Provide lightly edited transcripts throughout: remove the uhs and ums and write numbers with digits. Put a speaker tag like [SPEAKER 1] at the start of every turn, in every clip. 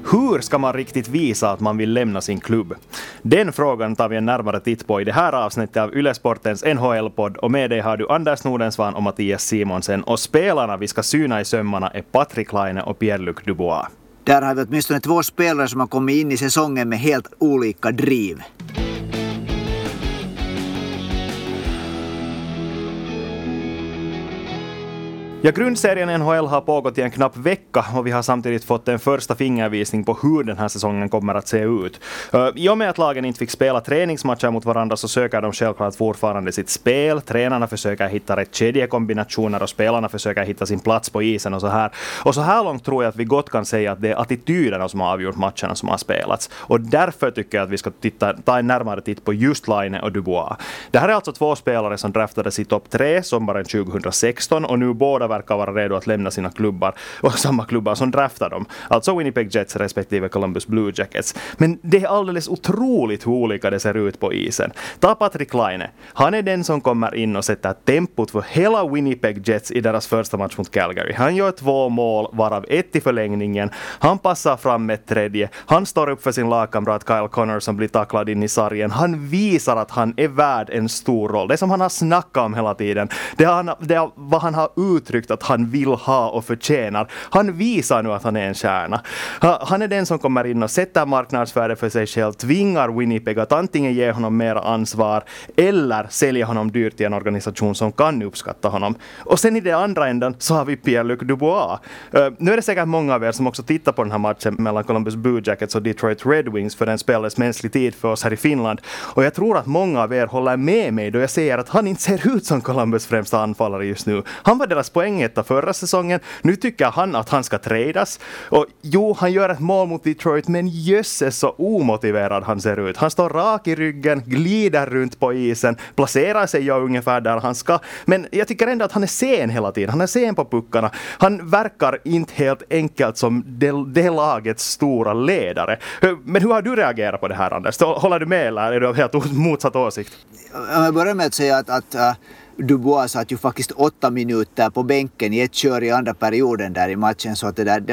[SPEAKER 1] Hur ska man riktigt visa att man vill lämna sin klubb? Den frågan tar vi en närmare titt på i det här avsnittet av Ylesportens NHL-podd, och med dig har du Anders Nordensvan och Mattias Simonsen, och spelarna vi ska syna i sömmarna är Patrik Laine och Pierre-Luc Dubois.
[SPEAKER 2] Där har vi åtminstone 2 spelare som har kommit in i säsongen med helt olika driv.
[SPEAKER 1] Ja, grundserien NHL har pågått i en knapp vecka och vi har samtidigt fått en första fingervisning på hur den här säsongen kommer att se ut. I och med att lagen inte fick spela träningsmatcher mot varandra så söker de självklart fortfarande sitt spel. Tränarna försöker hitta rätt kedjekombinationer och spelarna försöker hitta sin plats på isen och så här. Och så här långt tror jag att vi gott kan säga att det är attityderna som har avgjort matcherna som har spelats. Och därför tycker jag att vi ska ta en närmare titt på just Laine och Dubois. Det här är alltså 2 spelare som draftades i topp 3 sommaren 2016 och nu båda verkar vara redo att lämna sina klubbar och samma klubbar som draftar dem. Alltså Winnipeg Jets respektive Columbus Blue Jackets. Men det är alldeles otroligt hur olika det ser ut på isen. Ta Patrik Laine. Han är den som kommer in och sätter tempot för hela Winnipeg Jets i deras första match mot Calgary. Han gör 2 mål, varav 1 i förlängningen. Han passar fram med 3. Han står upp för sin lagkamrat Kyle Connor som blir tacklad in i sargen. Han visar att han är värd en stor roll. Det som han har snackat om hela tiden. Det är vad han har uttryckt att han vill ha och förtjänar. Han visar nu att han är en stjärna. Han är den som kommer in och sätter marknadsvärde för sig själv, tvingar Winnipeg att antingen ge honom mer ansvar eller sälja honom dyrt i en organisation som kan uppskatta honom. Och sen i det andra änden så har vi Pierre-Luc Dubois. Nu är det säkert många av er som också tittar på den här matchen mellan Columbus Blue Jackets och Detroit Red Wings, för den spelades mänsklig tid för oss här i Finland. Och jag tror att många av er håller med mig då jag säger att han inte ser ut som Columbus främsta anfallare just nu. Han var deras poängetta förra säsongen. Nu tycker han att han ska tradas. Och jo, han gör ett mål mot Detroit, men jösses så omotiverad han ser ut. Han står rak i ryggen, glider runt på isen, placerar sig ungefär där han ska. Men jag tycker ändå att han är sen hela tiden. Han är sen på puckarna. Han verkar inte helt enkelt som det lagets stora ledare. Men hur har du reagerat på det här, Anders? Håller du med eller är du helt motsatt åsikt?
[SPEAKER 2] Jag börjar med att säga att Dubois satt ju faktiskt 8 minuter på bänken i ett kör i andra perioden där i matchen, så att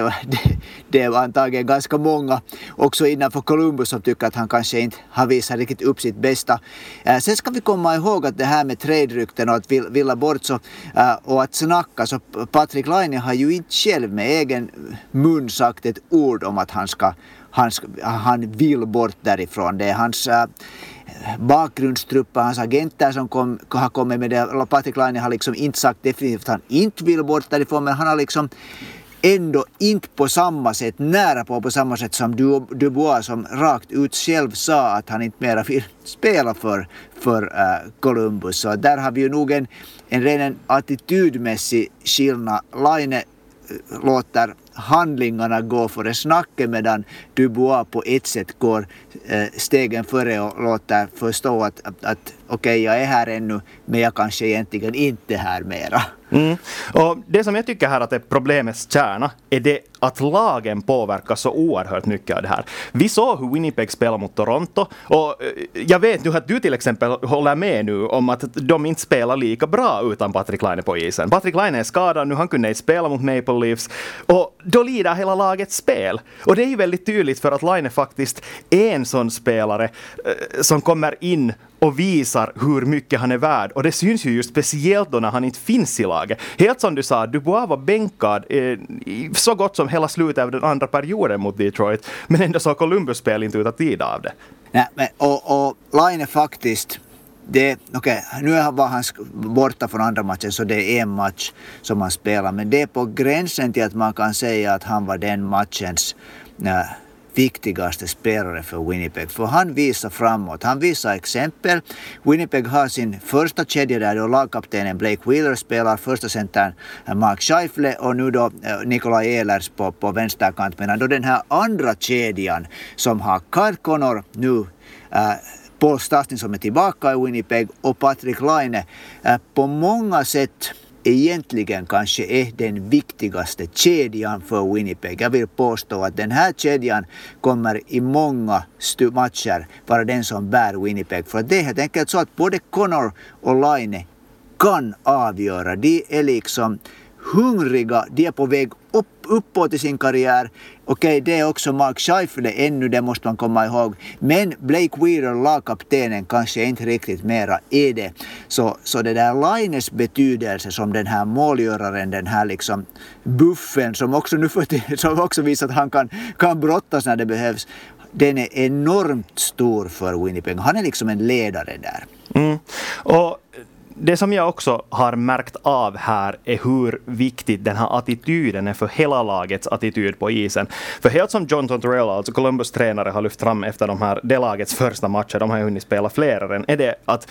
[SPEAKER 2] det var antagligen ganska många också innanför Columbus som tycker att han kanske inte har visat riktigt upp sitt bästa. Sen ska vi komma ihåg att det här med trade-rykten och att vilja bort så, och att snacka, så Patrik Laine har ju inte själv med egen mun sagt ett ord om att han vill bort därifrån. Det är hans bakgrundstrupper, hans agenter som har kommit med det. Patrik Laine har liksom inte sagt definitivt att han inte vill bort därifrån, men han har liksom ändå inte på samma sätt, nära på samma sätt som Dubois, som rakt ut själv sa att han inte mera vill spela för Columbus. Så där har vi ju nog en ren attitydmässig skillnad. Laine låter handlingarna gå före snacket, medan Dubois på ett sätt går stegen före och låter förstå att okej, jag är här ännu, men jag kanske egentligen inte är här mera.
[SPEAKER 1] Och det som jag tycker här att är problemets kärna är det att lagen påverkar så oerhört mycket av det här. Vi såg hur Winnipeg spelar mot Toronto, och jag vet nu att du till exempel håller med nu om att de inte spelar lika bra utan Patrik Laine på isen. Patrik Laine är skadad nu, han kunde inte spela mot Maple Leafs, och då lider hela lagets spel. Och det är ju väldigt tydligt för att Laine faktiskt är en sån spelare som kommer in och visar hur mycket han är värd. Och det syns ju just speciellt då när han inte finns i laget. Helt som du sa, Dubois var bänkad så gott som hela slutet av den andra perioden mot Detroit. Men ändå så Columbus spel inte ut att tid av det.
[SPEAKER 2] Nej, men, och Laine faktiskt, nu var han borta från andra matchen, så det är en match som han spelar. Men det är på gränsen till att man kan säga att han var den matchens viktigaste spelare för Winnipeg. För han visar framåt. Han visar exempel. Winnipeg har sin första kedja där då lagkaptenen Blake Wheeler spelar, första centern Mark Scheifele och nu då Nikolaj Ehlers på vänsterkant. Men då den här andra kedjan som har Kyle Connor, nu Paul Stastny som är tillbaka i Winnipeg och Patrik Laine på många sätt egentligen kanske är den viktigaste kedjan för Winnipeg. Jag vill påstå att den här kedjan kommer i många matcher vara den som bär Winnipeg. För det är helt enkelt så att både Connor och Laine kan avgöra. De är liksom hungriga, de är på väg uppåt i sin karriär. Okej, det är också Mark Scheifele ännu, det måste man komma ihåg. Men Blake Wheeler, lagkaptenen, kanske inte riktigt mera är det. Så det där Laines betydelse som den här målgöraren, den här liksom buffen som också nu som också visar att han kan brottas när det behövs. Den är enormt stor för Winnipeg. Han är liksom en ledare där.
[SPEAKER 1] Och det som jag också har märkt av här är hur viktigt den här attityden är för hela lagets attityd på isen. För helt som John Tortorella, alltså Columbus tränare, har lyft fram efter det lagets första matcher, de har ju hunnit spela flera än, är det att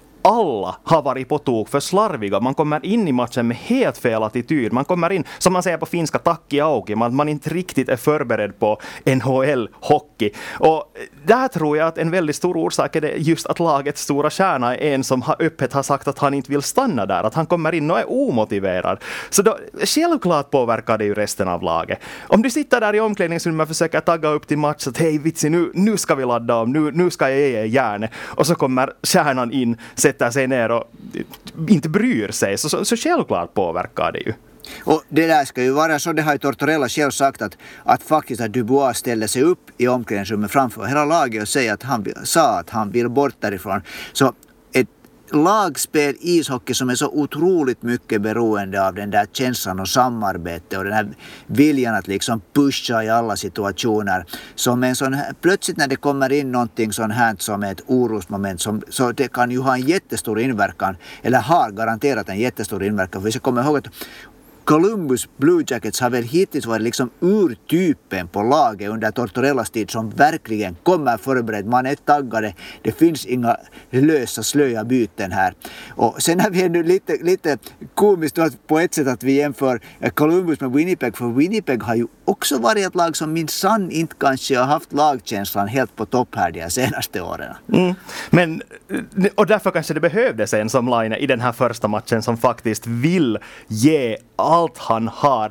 [SPEAKER 1] alla har varit på tok för slarviga. Man kommer in i matchen med helt fel attityd. Man kommer in, som man säger på finska, takki auki. Man inte riktigt är förberedd på NHL-hockey. Och där tror jag att en väldigt stor orsak är det just att lagets stora stjärna är en som öppet har sagt att han inte vill stanna där. Att han kommer in och är omotiverad. Så då, självklart påverkar det ju resten av laget. Om du sitter där i omklädningsrummet och försöker tagga upp till match att hej vitsi, nu ska vi ladda om, nu ska jag ge järnet. Och så kommer stjärnan in, sätter sig ner och inte bryr sig. Så självklart påverkar det ju.
[SPEAKER 2] Och det där ska ju vara så, det har ju Tortorella själv sagt att faktiskt att Dubois ställde sig upp i omklädningsrummet framför hela laget och säger att han vill bort därifrån. Så ett lagspel, ishockey, som är så otroligt mycket beroende av den där känslan och samarbete och den här viljan att liksom pusha i alla situationer. Som en sån här, plötsligt när det kommer in någonting sånt här som ett orosmoment, så det kan ju ha en jättestor inverkan, eller har garanterat en jättestor inverkan. För vi ska komma ihåg att Columbus Blue Jackets har väl hittills varit liksom urtypen på laget under Tortorellas tid som verkligen kommer förberedd. Man är taggade. Det finns inga lösa slöja byten här. Och sen har vi nu lite komiskt på ett sätt att vi jämför Columbus med Winnipeg. För Winnipeg har ju också varit ett lag som minsann inte kanske har haft lagkänslan helt på topp här de senaste åren.
[SPEAKER 1] Men, och därför kanske det behövdes en som Laine i den här första matchen som faktiskt vill ge allt han har.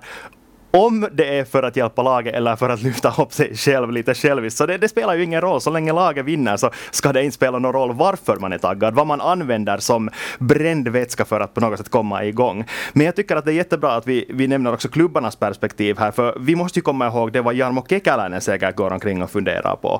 [SPEAKER 1] Om det är för att hjälpa laget eller för att lyfta upp sig själv lite själviskt, så det spelar ju ingen roll. Så länge laget vinner så ska det inte spela någon roll varför man är taggad, vad man använder som bränd vätska för att på något sätt komma igång. Men jag tycker att det är jättebra att vi nämner också klubbarnas perspektiv här, för vi måste ju komma ihåg det vad Jarmo Kekäläinen säkert går omkring och funderar på.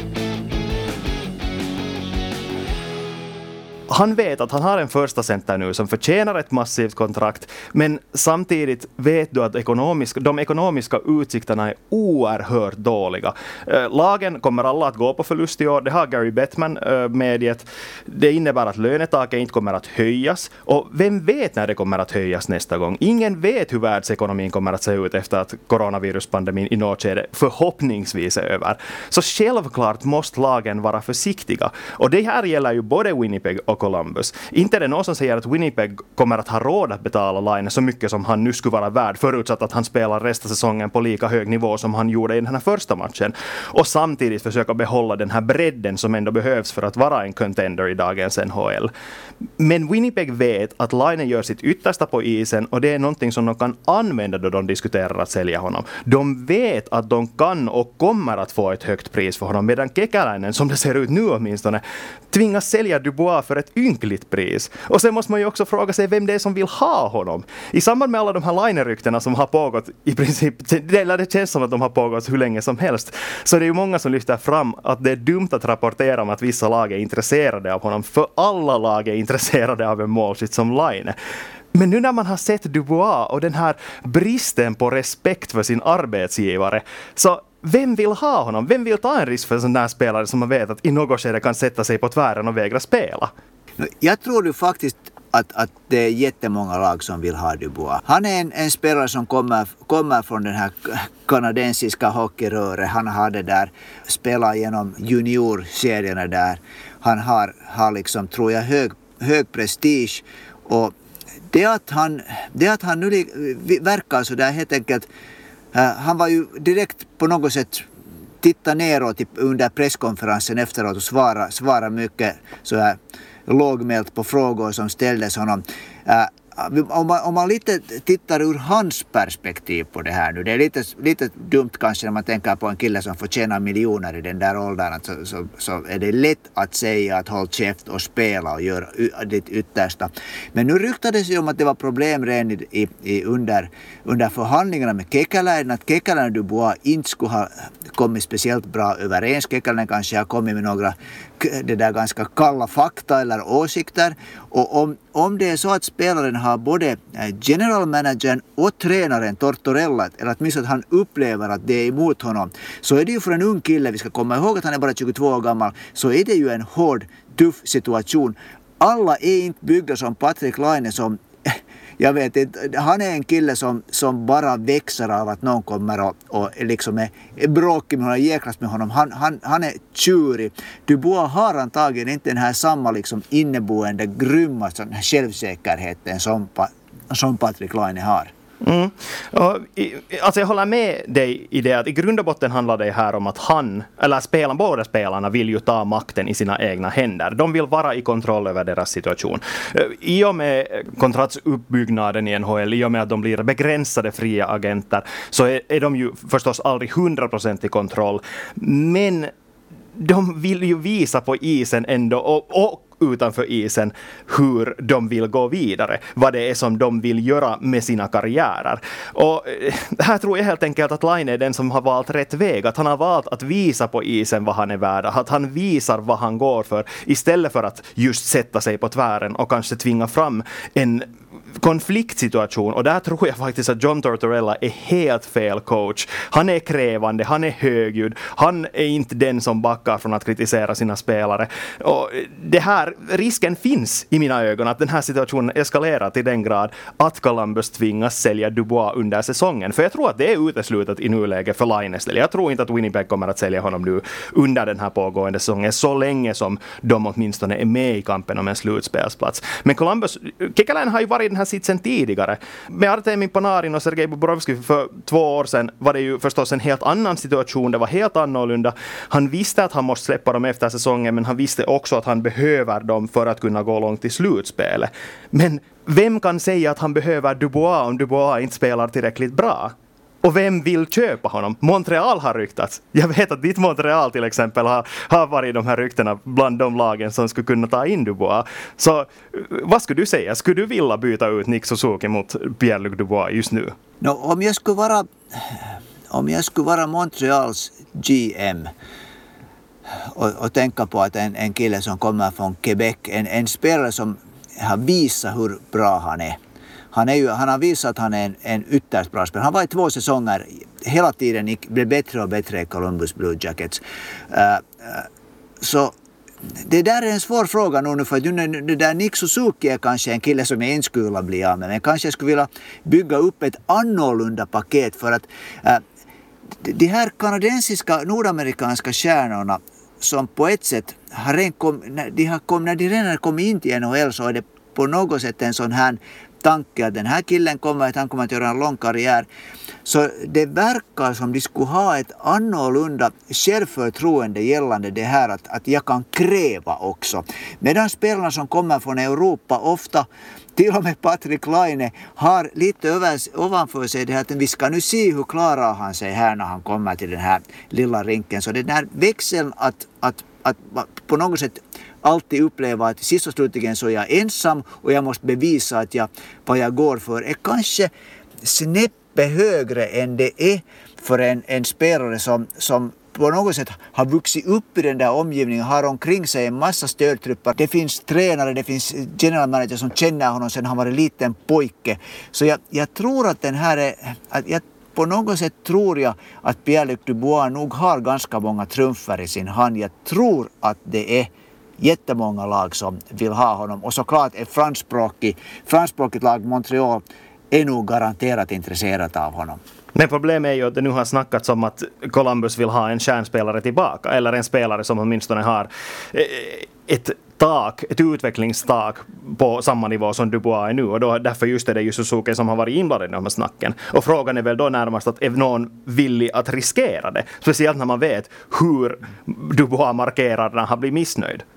[SPEAKER 1] Han vet att han har en första center nu som förtjänar ett massivt kontrakt, men samtidigt vet du att de ekonomiska utsikterna är oerhört dåliga. Lagen kommer alla att gå på förlust i år. Det har Gary Bettman medgett. Det innebär att lönetaket inte kommer att höjas. Och vem vet när det kommer att höjas nästa gång? Ingen vet hur världsekonomin kommer att se ut efter att coronaviruspandemin i något skede förhoppningsvis är över. Så självklart måste lagen vara försiktiga. Och det här gäller ju både Winnipeg och Columbus. Inte är det någon som säger att Winnipeg kommer att ha råd att betala Laine så mycket som han nu skulle vara värd, förutsatt att han spelar resten av säsongen på lika hög nivå som han gjorde i den här första matchen. Och samtidigt försöka behålla den här bredden som ändå behövs för att vara en contender i dagens NHL. Men Winnipeg vet att Laine gör sitt yttersta på isen, och det är någonting som de kan använda då de diskuterar att sälja honom. De vet att de kan och kommer att få ett högt pris för honom, medan Kekäläinen, som det ser ut nu åtminstone, tvingas sälja Dubois för ett ynkligt pris. Och sen måste man ju också fråga sig vem det är som vill ha honom. I samband med alla de här Laine-ryktena som har pågått i princip, det känns som att de har pågått hur länge som helst, så det är ju många som lyfter fram att det är dumt att rapportera om att vissa lag är intresserade av honom, för alla lag är intresserade av en målskytt som Laine. Men nu när man har sett Dubois och den här bristen på respekt för sin arbetsgivare, så vem vill ha honom? Vem vill ta en risk för en sån där spelare som man vet att i något skede kan sätta sig på tvären och vägra spela?
[SPEAKER 2] Jag tror ju faktiskt att det är jättemånga lag som vill ha Dubois. Han är en spelare som kommer från den här kanadensiska hockeyröret. Han har det där, spelat genom juniorserierna där. Han har liksom, tror jag, hög prestige. Och det att han nu verkar så där helt enkelt. Han var ju direkt på något sätt titta neråt under presskonferensen efteråt och svara mycket så här lågmält på frågor som ställdes honom. om man lite tittar ur hans perspektiv på det här nu, det är lite dumt kanske när man tänker på en kille som får tjäna miljoner i den där åldern, så är det lätt att säga att håll käft och spela och gör ditt yttersta. Men nu ryktades ju om att det var problem redan under förhandlingarna med Kekäläinen, att Kekäläinen och Dubois inte skulle ha kommit speciellt bra överens. Kekäläinen kanske har kommit med några det där ganska kalla fakta eller åsikter, och om det är så att spelaren har både general managern och tränaren Tortorella, eller åtminstone att han upplever att det är emot honom, så är det ju för en ung kille, vi ska komma ihåg att han är bara 22 år gammal, så är det ju en hård, tuff situation. Alla är inte byggda som Patrik Laine, som jag vet inte, han är en kille som bara växer av att någon kommer och liksom är bråkig med honom, jäklas med honom. Han är tjurig. Dubois har antagligen inte den här samma liksom inneboende grymma självsäkerheten som Patrik Laine har.
[SPEAKER 1] Mm. Alltså jag håller med dig i det att i grund och botten handlar det här om att båda spelarna vill ju ta makten i sina egna händer. De vill vara i kontroll över deras situation. I och med kontraktsuppbyggnaden i NHL, i och med att de blir begränsade fria agenter, så är de ju förstås aldrig 100% i kontroll. Men de vill ju visa på isen ändå och utanför isen hur de vill gå vidare, vad det är som de vill göra med sina karriärer. Och här tror jag helt enkelt att Laine är den som har valt rätt väg, att han har valt att visa på isen vad han är värd, att han visar vad han går för, istället för att just sätta sig på tvären och kanske tvinga fram en konfliktsituation. Och där tror jag faktiskt att John Tortorella är helt fel coach. Han är krävande, han är högljudd, han är inte den som backar från att kritisera sina spelare. Och det här, risken finns i mina ögon att den här situationen eskalerar till den grad att Columbus tvingas sälja Dubois under säsongen. För jag tror att det är uteslutet i nuläget för Laines. Jag tror inte att Winnipeg kommer att sälja honom nu under den här pågående säsongen, så länge som de åtminstone är med i kampen om en slutspelsplats. Men Columbus, Kekäläinen har ju varit i den här sitsen tidigare. Med Artemi Panarin och Sergej Bobrovsky för 2 år sedan var det ju förstås en helt annan situation. Det var helt annorlunda. Han visste att han måste släppa dem efter säsongen, men han visste också att han behöver dem för att kunna gå långt i slutspelet. Men vem kan säga att han behöver Dubois om Dubois inte spelar tillräckligt bra? Och vem vill köpa honom? Montreal har ryktats. Jag vet att ditt Montreal till exempel har varit de här ryktena bland de lagen som skulle kunna ta in Dubois. Så vad skulle du säga? Skulle du vilja byta ut Nick Suzuki mot Pierre-Luc Dubois just nu?
[SPEAKER 2] Om jag skulle vara Montreals GM och tänka på att en kille som kommer från Quebec, en spelare som har visat hur bra han är. Han har visat att han är en ytterst bra spelare. Han var i 2 säsonger hela tiden, blev bättre och bättre i Columbus Blue Jackets. Så det där är en svår fråga nu, för det där Nick Suzuki är kanske en kille som jag inte skulle vilja bli av med. Men kanske jag skulle vilja bygga upp ett annorlunda paket, för att de här kanadensiska, nordamerikanska stjärnorna som på ett sätt när de redan kommer in till NHL, så är det på något sätt en sån här tanke att den här killen han kommer att göra en lång karriär. Så det verkar som de skulle ha ett annorlunda självförtroende gällande det här att jag kan kräva också. Medan spelarna som kommer från Europa ofta, till och med Patrik Laine, har lite ovanför sig det här att vi ska nu se hur klarar han sig här när han kommer till den här lilla rinken. Så den här växeln att på något sätt alltid uppleva att sist och slutligen så är jag ensam och jag måste bevisa att vad jag går för är kanske snäppet högre än det är för en spelare som på något sätt har vuxit upp i den där omgivningen, har omkring sig en massa stödtrupper. Det finns tränare, det finns general manager som känner honom sedan han var en liten pojke. Så jag tror att den här är... På något sätt tror jag att Pierre-Luc Dubois nog har ganska många trumfer i sin hand. Jag tror att det är jättemånga lag som vill ha honom. Och såklart ett franskspråkigt lag, Montreal, är nog garanterat intresserat av honom.
[SPEAKER 1] Men problemet är ju att det nu har snackats om att Columbus vill ha en kärnspelare tillbaka, eller en spelare som åtminstone har ett utvecklingstak på samma nivå som Dubois är nu, och därför just är det ju Suzuki som har varit inblandad i de här snacken. Och frågan är väl då närmast att är någon villig att riskera det, speciellt när man vet hur Dubois markerar när han blir missnöjd.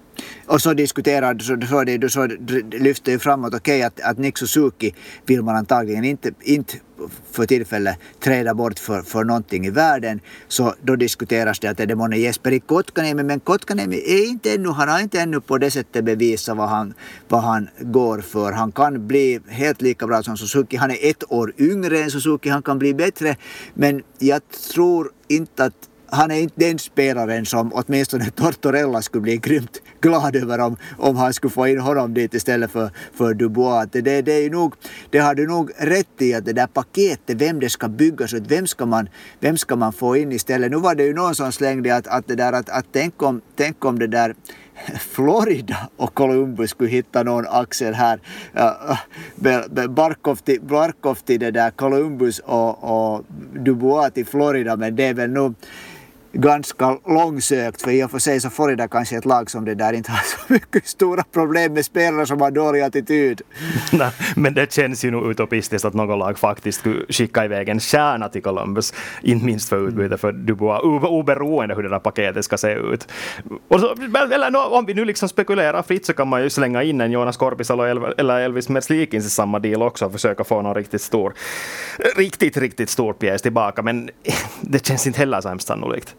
[SPEAKER 2] Och så diskuterar så lyfter ju framåt att Nick Suzuki vill man antagligen inte för tillfället träda bort för någonting i världen, så då diskuteras det att det är månne Jesperi Kotkaniemi, men Kotkaniemi är inte ännu, han har inte ännu på det sättet bevisat vad han går för. Han kan bli helt lika bra som Suzuki, han är 1 år yngre än Suzuki, han kan bli bättre, men jag tror inte att han är inte den spelaren som åtminstone Tortorella skulle bli grymt glad över om han skulle få in honom dit istället för Dubois. Det är ju nog, det har du nog rätt i, att det där paketet, vem det ska byggas ut, vem ska man få in istället. Nu var det ju någon som slängde att tänk om det där Florida och Columbus skulle hitta någon axel här. Barkov till det där Columbus och Dubois till Florida, men det är väl nog ganska långsökt, för i och för sig så Florida kanske ett lag som det där inte har så mycket stora problem med spelare som har dålig attityd.
[SPEAKER 1] Nej, men det känns ju nog utopistiskt att något lag faktiskt skulle skicka iväg en kärna till Columbus, inte minst för utbyte för Dubois, oberoende hur det där paketet ska se ut. Och så, eller om vi nu liksom spekulerar fritt, så kan man ju slänga in en Jonas Korpisalo eller Elvis Merzlikins i samma deal också och försöka få någon riktigt stor pjäs tillbaka, men det känns inte heller så hemskt sannolikt.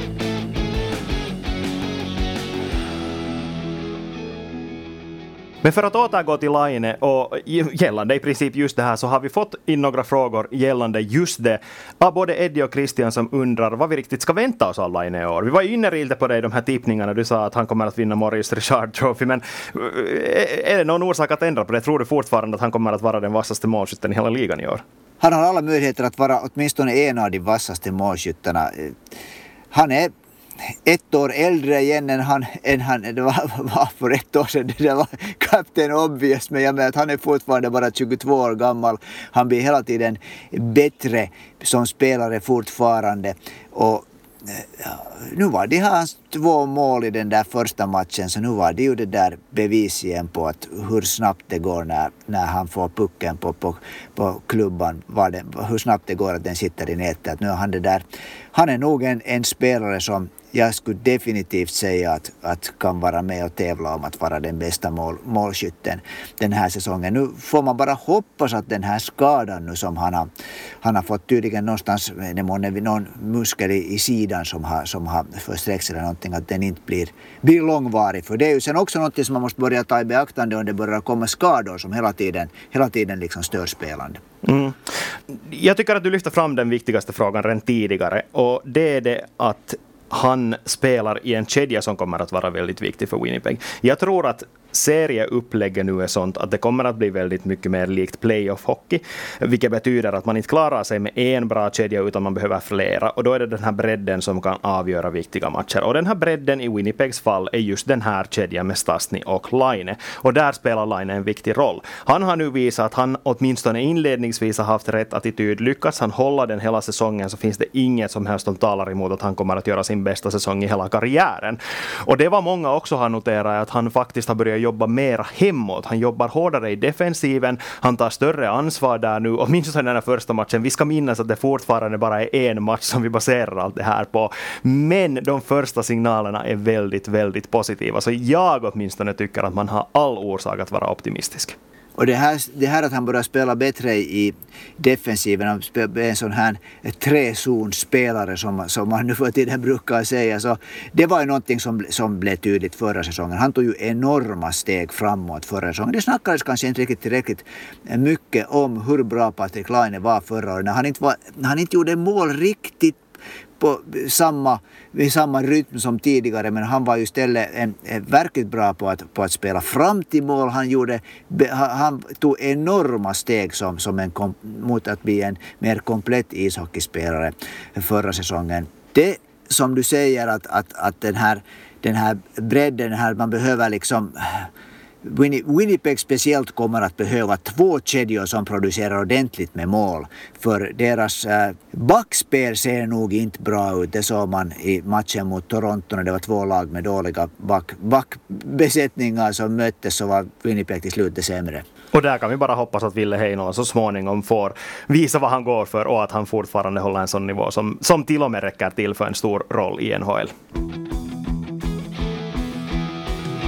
[SPEAKER 1] Men för att återgå till Laine och gällande i princip just det här, så har vi fått in några frågor gällande just det av både Eddie och Christian som undrar vad vi riktigt ska vänta oss av Laine i år. Vi var ju inne lite på det i de här tippningarna, du sa att han kommer att vinna Maurice Richard Trophy, men är det någon orsak att ändra på det? Tror du fortfarande att han kommer att vara den vassaste målskytten i hela ligan i år?
[SPEAKER 2] Han har alla möjligheter att vara åtminstone en av de vassaste målskyttarna. Han är 1 år äldre igen än han det var för 1 år sedan. Det var Captain Obvious, men jag menar att han är fortfarande bara 22 år gammal. Han blir hela tiden bättre som spelare fortfarande. Och nu var det hans 2 mål i den där första matchen, så nu var det ju det där bevis igen på att hur snabbt det går när han får pucken på klubban, hur snabbt det går att den sitter i nätet. Att nu han är nog en spelare som jag skulle definitivt säga att kan vara med och tävla om att vara den bästa målskytten den här säsongen. Nu får man bara hoppas att den här skadan nu som han har fått tydligen någonstans, någon muskel i sidan som har försträckts eller någonting, att den inte blir långvarig. För det är ju sen också något som man måste börja ta i beaktande om det börjar komma skador som hela tiden liksom stör spelande.
[SPEAKER 1] Mm. Jag tycker att du lyfter fram den viktigaste frågan redan tidigare, och det är det att han spelar i en kedja som kommer att vara väldigt viktig för Winnipeg. Jag tror att serieupplägget nu är sånt att det kommer att bli väldigt mycket mer likt playoff-hockey, vilket betyder att man inte klarar sig med en bra kedja utan man behöver flera, och då är det den här bredden som kan avgöra viktiga matcher, och den här bredden i Winnipegs fall är just den här kedjan med Stastny och Laine, och där spelar Laine en viktig roll. Han har nu visat att han åtminstone inledningsvis har haft rätt attityd. Lyckas han hålla den hela säsongen, så finns det inget som helst som talar emot att han kommer att göra sin bästa säsong i hela karriären. Och det var många också har noterat, att han faktiskt har börjat jobba mera hemåt. Han jobbar hårdare i defensiven. Han tar större ansvar där nu. Och minst den här första matchen, vi ska minnas att det fortfarande bara är en match som vi baserar allt det här på. Men de första signalerna är väldigt, väldigt positiva. Så jag åtminstone tycker att man har all orsak att vara optimistisk.
[SPEAKER 2] Och det här att han börjar spela bättre i defensiven, en sån här trezonspelare som man nu för tiden brukar säga, så det var ju någonting som blev tydligt förra säsongen. Han tog ju enorma steg framåt förra säsongen. Det snackades kanske inte riktigt tillräckligt mycket om hur bra Patrik Laine var förra året. Han inte gjorde mål riktigt på samma rytm som tidigare, men han var ju istället verkligt bra på att spela fram till mål. Han tog enorma steg mot att bli en mer komplett ishockeyspelare förra säsongen. Det som du säger att den här bredden här, man behöver liksom Winnipeg speciellt kommer att behöva 2 kedjor som producerar ordentligt med mål, för deras backspel ser nog inte bra ut. Det såg man i matchen mot Toronto när det var 2 lag med dåliga backbesättningar som möttes, så var Winnipeg till slut det sämre.
[SPEAKER 1] Och där kan vi bara hoppas att Ville Heinola så småningom får visa vad han går för, och att han fortfarande håller en sån nivå som till och med räcker till för en stor roll i NHL.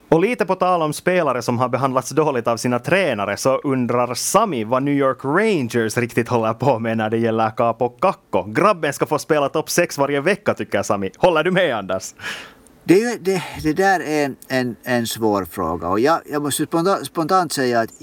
[SPEAKER 1] Och lite på tal om spelare som har behandlats dåligt av sina tränare så undrar Sami vad New York Rangers riktigt håller på med när det gäller Kaapo Kakko. Grabben ska få spela topp 6 varje vecka tycker Sami. Håller du med Anders?
[SPEAKER 2] Det där är en svår fråga och jag måste spontant säga att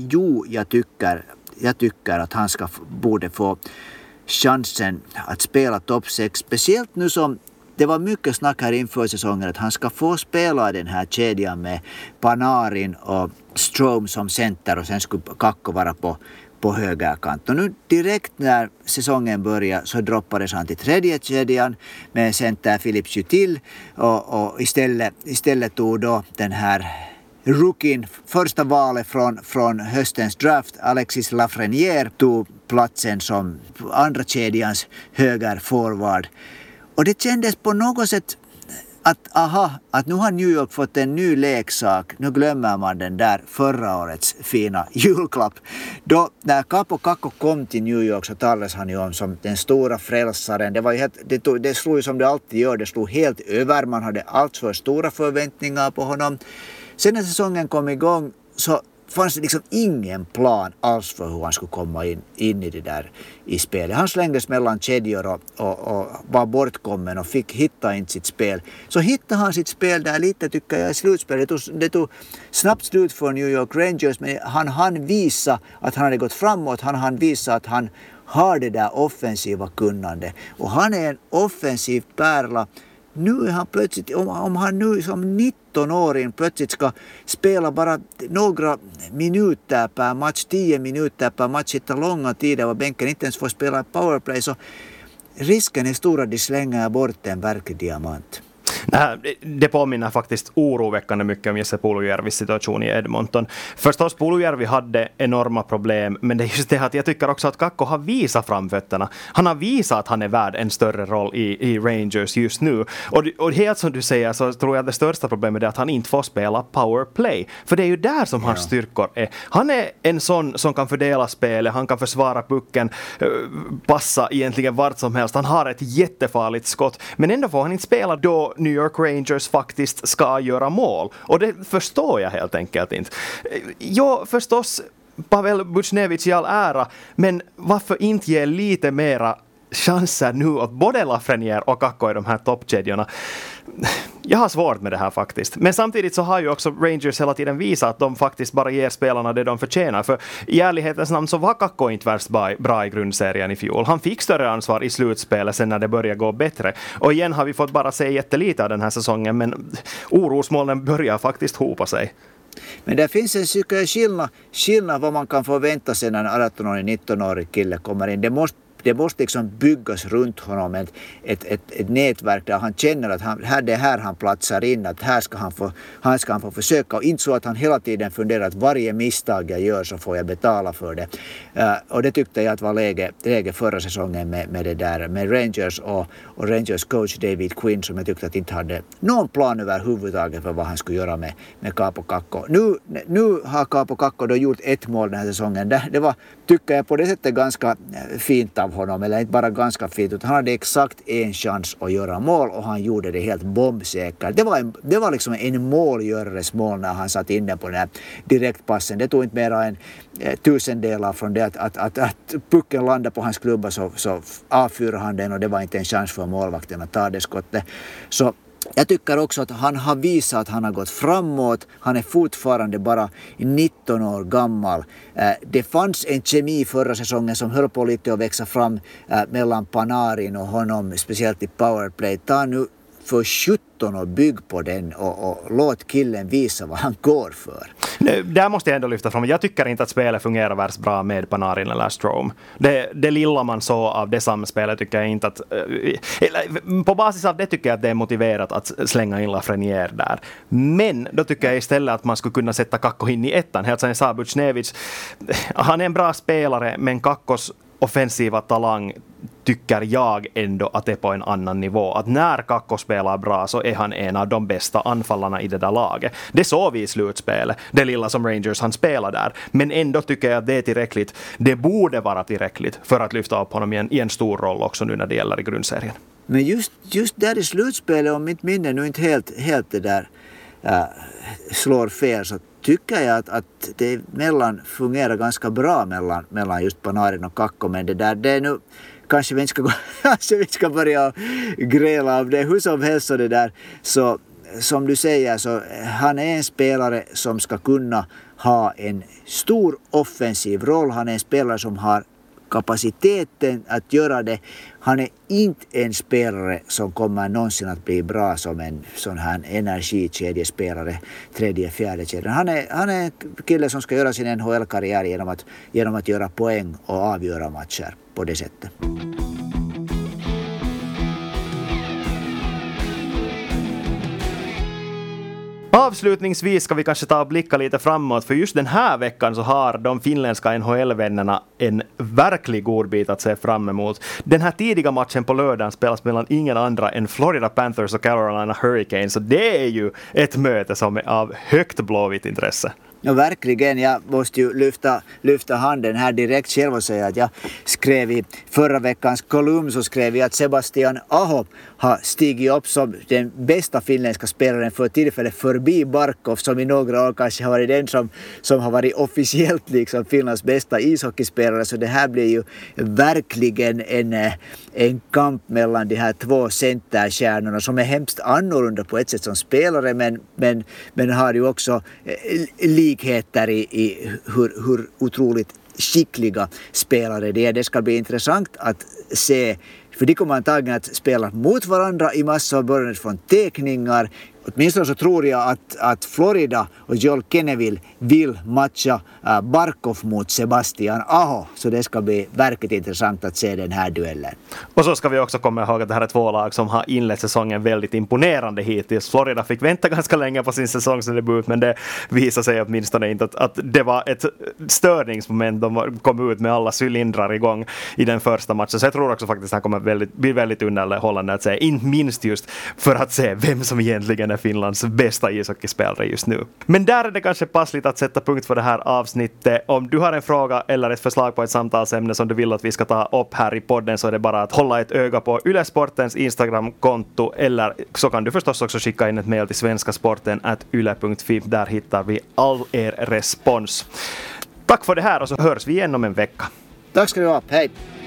[SPEAKER 2] jag tycker att han borde få chansen att spela topp 6. Speciellt nu som det var mycket snack här inför säsongen att han ska få spela den här kedjan med Panarin och Strome som center och sen skulle Kakko vara på högerkant. Och nu direkt när säsongen började så droppades han till tredje kedjan med center Philippe Jutil och istället tog då den här rookien, första valet från höstens draft, Alexis Lafrenière, tog platsen som andra kedjans högerforward. Och det kändes på något sätt att nu har New York fått en ny leksak. Nu glömmer man den där förra årets fina julklapp. Då när Kaapo Kakko kom till New York så talades han ju om som den stora frälsaren. Det slog ju som det alltid gör, det slog helt över. Man hade allt för stora förväntningar på honom. Sen när säsongen kom igång så fanns det liksom ingen plan alls för hur han skulle komma in i det där i spelet. Han slängdes mellan kedjor och var bortkommen och fick hitta inte sitt spel. Så hittade han sitt spel där lite tycker jag i slutspelet. Det tog snabbt slut för New York Rangers men han visa att han hade gått framåt. Han hann visa att han har det där offensiva kunnande. Och han är en offensiv pärla. Nu är han plötsligt, om han nu som 19-åring plötsligt ska spela bara några minuter per match, 10 minuter per match, hitta långa tider och bänken inte ens får spela powerplay så risken är stor att de slänger bort en verklig diamant.
[SPEAKER 1] Det påminner faktiskt oroväckande mycket om Jesse Puljujärvis situation i Edmonton. Förstås Puljujärvi hade enorma problem, men det är just det att jag tycker också att Kakko har visat framfötterna. Han har visat att han är värd en större roll i Rangers just nu. Och helt som du säger så tror jag att det största problemet är att han inte får spela powerplay. För det är ju där som hans styrkor är. Han är en sån som kan fördela spelet, han kan försvara pucken, passa egentligen vart som helst. Han har ett jättefarligt skott, men ändå får han inte spela då New York Rangers faktiskt ska göra mål. Och det förstår jag helt enkelt inte. Ja, förstås Pavel Buchnevich i all ära, men varför inte ge lite mera chanser nu åt både Lafrenière och Kakko i de här toppkedjorna? Jag har svårt med det här faktiskt. Men samtidigt så har ju också Rangers hela tiden visat att de faktiskt bara ger spelarna det de förtjänar. För i ärlighetens namn så var Kakko inte värst bra i grundserien i fjol. Han fick större ansvar i slutspelet sen när det började gå bättre. Och igen har vi fått bara se jättelite av den här säsongen. Men orosmolnen börjar faktiskt hopa sig.
[SPEAKER 2] Men det finns en skillnad vad man kan förvänta sig när en 18-årig, 19-årig kille kommer in. Det måste liksom byggas runt honom ett nätverk där han känner att det är här han platsar in, att här ska han få försöka och inte så att han hela tiden funderar att varje misstag jag gör så får jag betala för det. Och det tyckte jag att var läge förra säsongen med det där med Rangers och Rangers coach David Quinn som jag tyckte att inte hade någon plan överhuvudtaget för vad han skulle göra med Kaapo Kakko. Nu har Kaapo Kakko då gjort ett mål den här säsongen. Det var, tycker jag på det sättet ganska fint av honom, eller inte bara ganska fint, utan han hade exakt en chans att göra mål och han gjorde det helt bombsäkert. Det var liksom en målgörares mål när han satt inne på den här direktpassen. Det tog inte mer än 1000 delar från det att pucken landade på hans klubba så avfyrade han den och det var inte en chans för målvakten att ta det skottet. Så jag tycker också att han har visat att han har gått framåt. Han är fortfarande bara 19 år gammal. Det fanns en kemi förra säsongen som höll på lite att växa fram mellan Panarin och honom, speciellt i powerplay. Ta nu för 17 och bygg på den och låt killen visa vad han går för.
[SPEAKER 1] Där måste jag ändå lyfta fram. Jag tycker inte att spelet fungerar värst bra med Panarin eller Strome. Det lilla man så av det samspelet tycker jag inte att... På basis av det tycker jag att det är motiverat att slänga in Lafrenière där. Men då tycker jag istället att man skulle kunna sätta Kakko in i ettan. Helt som jag sa, Buchnevich, han är en bra spelare, men Kakkos offensiva talang tycker jag ändå att det är på en annan nivå. Att när Kakko spelar bra så är han en av de bästa anfallarna i det där laget. Det såg vi i slutspelet, det lilla som Rangers han spelar där. Men ändå tycker jag att det är tillräckligt. Det borde vara tillräckligt för att lyfta upp honom i en stor roll också nu när det gäller i grundserien.
[SPEAKER 2] Men just där i slutspelet, om mitt minne nu inte helt det där slår fel, så tycker jag att det fungerar ganska bra mellan just Panarin och Kakko, men det är nu kanske vi ska börja gräla av det hur som helst, så det där, så som du säger, så han är en spelare som ska kunna ha en stor offensiv roll. Han är en spelare som har kapaciteten att göra det. Han är inte en spelare som kommer någonsin att bli bra som en sån här energikedjespelare, tredje, fjärde kedjan. Han är en kille som ska göra sin NHL-karriär genom att göra poäng och avgöra matcher på det sättet.
[SPEAKER 1] Avslutningsvis ska vi kanske ta och blicka lite framåt, för just den här veckan så har de finländska NHL-vännerna en verklig godbit att se fram emot. Den här tidiga matchen på lördagen spelas mellan ingen andra än Florida Panthers och Carolina Hurricanes, så det är ju ett möte som är av högt blåvitt intresse.
[SPEAKER 2] Ja, verkligen. Jag måste ju lyfta handen här direkt själv och säga att jag skrev i förra veckans kolumn, så skrev jag att Sebastian Aho har stigit upp som den bästa finländska spelaren för tillfället, förbi Barkov, som i några år kanske har varit den som har varit officiellt liksom Finlands bästa ishockeyspelare. Så det här blir ju verkligen en kamp mellan de här två centerkärnorna som är hemskt annorlunda på ett sätt som spelare, men har ju också likheter i hur otroligt skickliga spelare det är. Det ska bli intressant att se, för de kommer antagligen att spela mot varandra i massor, början från teckningar. Åtminstone så tror jag att Florida och Joel Kenneville vill matcha Barkov mot Sebastian Aho. Så det ska bli verkligt intressant att se den här duellen.
[SPEAKER 1] Och så ska vi också komma ihåg att det här är två lag som har inlett säsongen väldigt imponerande hittills. Florida fick vänta ganska länge på sin säsongsdebut, men det visar sig åtminstone inte att det var ett störningsmoment. De kom ut med alla cylindrar igång i den första matchen. Så jag tror också faktiskt att han kommer bli väldigt underhållande att se. Inte minst just för att se vem som egentligen är Finlands bästa ishockeyspelare just nu. Men där är det kanske passligt att sätta punkt för det här avsnittet. Om du har en fråga eller ett förslag på ett samtalsämne som du vill att vi ska ta upp här i podden, så är det bara att hålla ett öga på Yle Sportens Instagram-konto, eller så kan du förstås också skicka in ett mejl till svenskasporten@yle.fi. Där hittar vi all er respons. Tack för det här, och så hörs vi igen om en vecka.
[SPEAKER 2] Tack ska du ha. Hej!